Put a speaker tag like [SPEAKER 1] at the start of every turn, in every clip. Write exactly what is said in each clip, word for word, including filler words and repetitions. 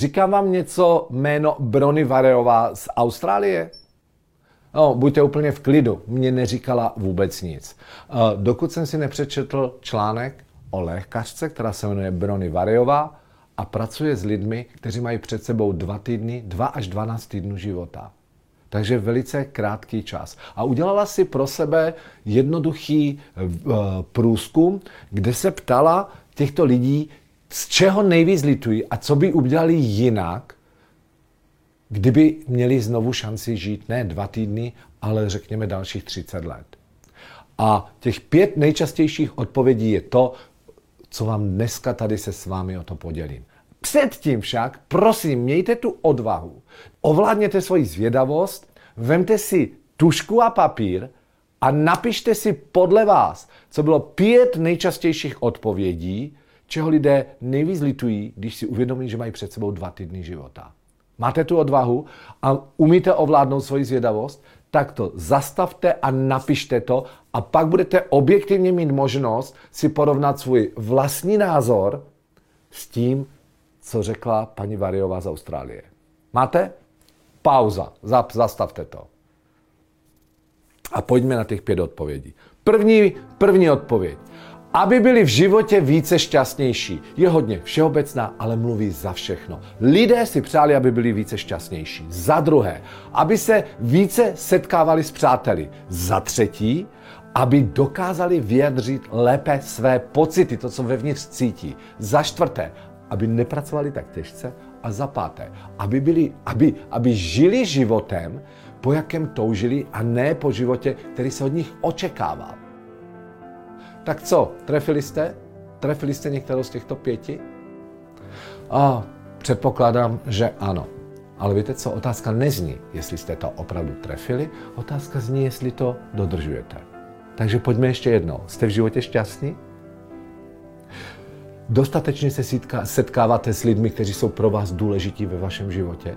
[SPEAKER 1] Říkám vám něco jméno Bronnie Wareová z Austrálie? No, buďte úplně v klidu, mě neříkala vůbec nic. Dokud jsem si nepřečetl článek o lékařce, která se jmenuje Bronnie Wareová a pracuje s lidmi, kteří mají před sebou dva týdny, dva až dvanáct týdnů života. Takže velice krátký čas. A udělala si pro sebe jednoduchý uh, průzkum, kde se ptala těchto lidí, z čeho nejvíc litují a co by udělali jinak, kdyby měli znovu šanci žít ne dva týdny, ale řekněme dalších třicet let. A těch pět nejčastějších odpovědí je to, co vám dneska tady se s vámi o to podělím. Předtím však, prosím, mějte tu odvahu, ovládněte svoji zvědavost, vemte si tužku a papír a napište si podle vás, co bylo pět nejčastějších odpovědí, čeho lidé nejvíc litují, když si uvědomí, že mají před sebou dva týdny života. Máte tu odvahu a umíte ovládnout svoji zvědavost? Tak to zastavte a napište to a pak budete objektivně mít možnost si porovnat svůj vlastní názor s tím, co řekla paní Wareová z Austrálie. Máte? Pauza. Zastavte to. A pojďme na těch pět odpovědí. První, první odpověď. Aby byli v životě více šťastnější. Je hodně všeobecná, ale mluví za všechno. Lidé si přáli, aby byli více šťastnější. Za druhé, aby se více setkávali s přáteli. Za třetí, aby dokázali vyjadřit lépe své pocity, to, co vevnitř cítí. Za čtvrté, aby nepracovali tak těžce. A za páté, aby, byli, aby, aby žili životem, po jakém toužili a ne po životě, který se od nich očekává. Tak co, trefili jste? Trefili jste některou z těchto pěti? A předpokládám, že ano. Ale víte co, otázka nezní, jestli jste to opravdu trefili, otázka zní, jestli to dodržujete. Takže pojďme ještě jednou. Jste v životě šťastní? Dostatečně se setkáváte s lidmi, kteří jsou pro vás důležití ve vašem životě?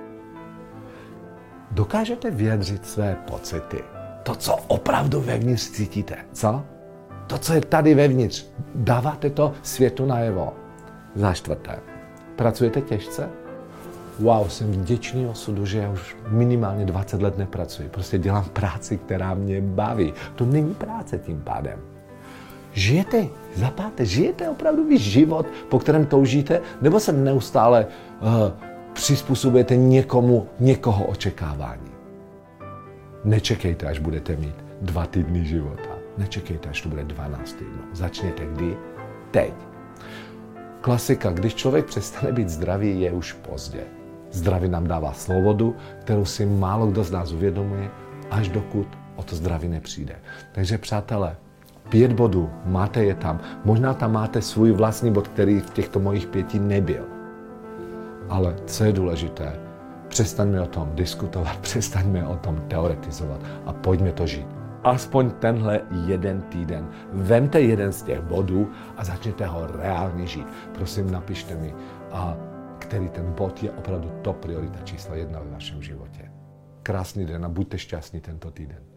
[SPEAKER 1] Dokážete vyjadřit své pocity? To, co opravdu vevnitř cítíte, co? To, co je tady vevnitř, dáváte to světu najevo. Za čtvrté, pracujete těžce? Wow, jsem vděčný osudu, že já už minimálně dvacet let nepracuji. Prostě dělám práci, která mě baví. To není práce tím pádem. Žijete, za páté, žijete opravdový život, po kterém toužíte, nebo se neustále uh, přizpůsobujete někomu, někoho očekávání? Nečekejte, až budete mít dva týdny života. Nečekejte, až to bude dvanáct týdnů. Začněte kdy? Teď. Klasika, když člověk přestane být zdravý, je už pozdě. Zdraví nám dává svobodu, kterou si málo kdo z nás uvědomuje, až dokud o to zdraví nepřijde. Takže přátelé, pět bodů, máte je tam. Možná tam máte svůj vlastní bod, který v těchto mojich pěti nebyl. Ale co je důležité, přestaňme o tom diskutovat, přestaňme o tom teoretizovat a pojďme to žít. Aspoň tenhle jeden týden. Vemte jeden z těch bodů a začněte ho reálně žít. Prosím, napište mi, a který ten bod je opravdu top priorita číslo jedna ve vašem životě. Krásný den a buďte šťastní tento týden.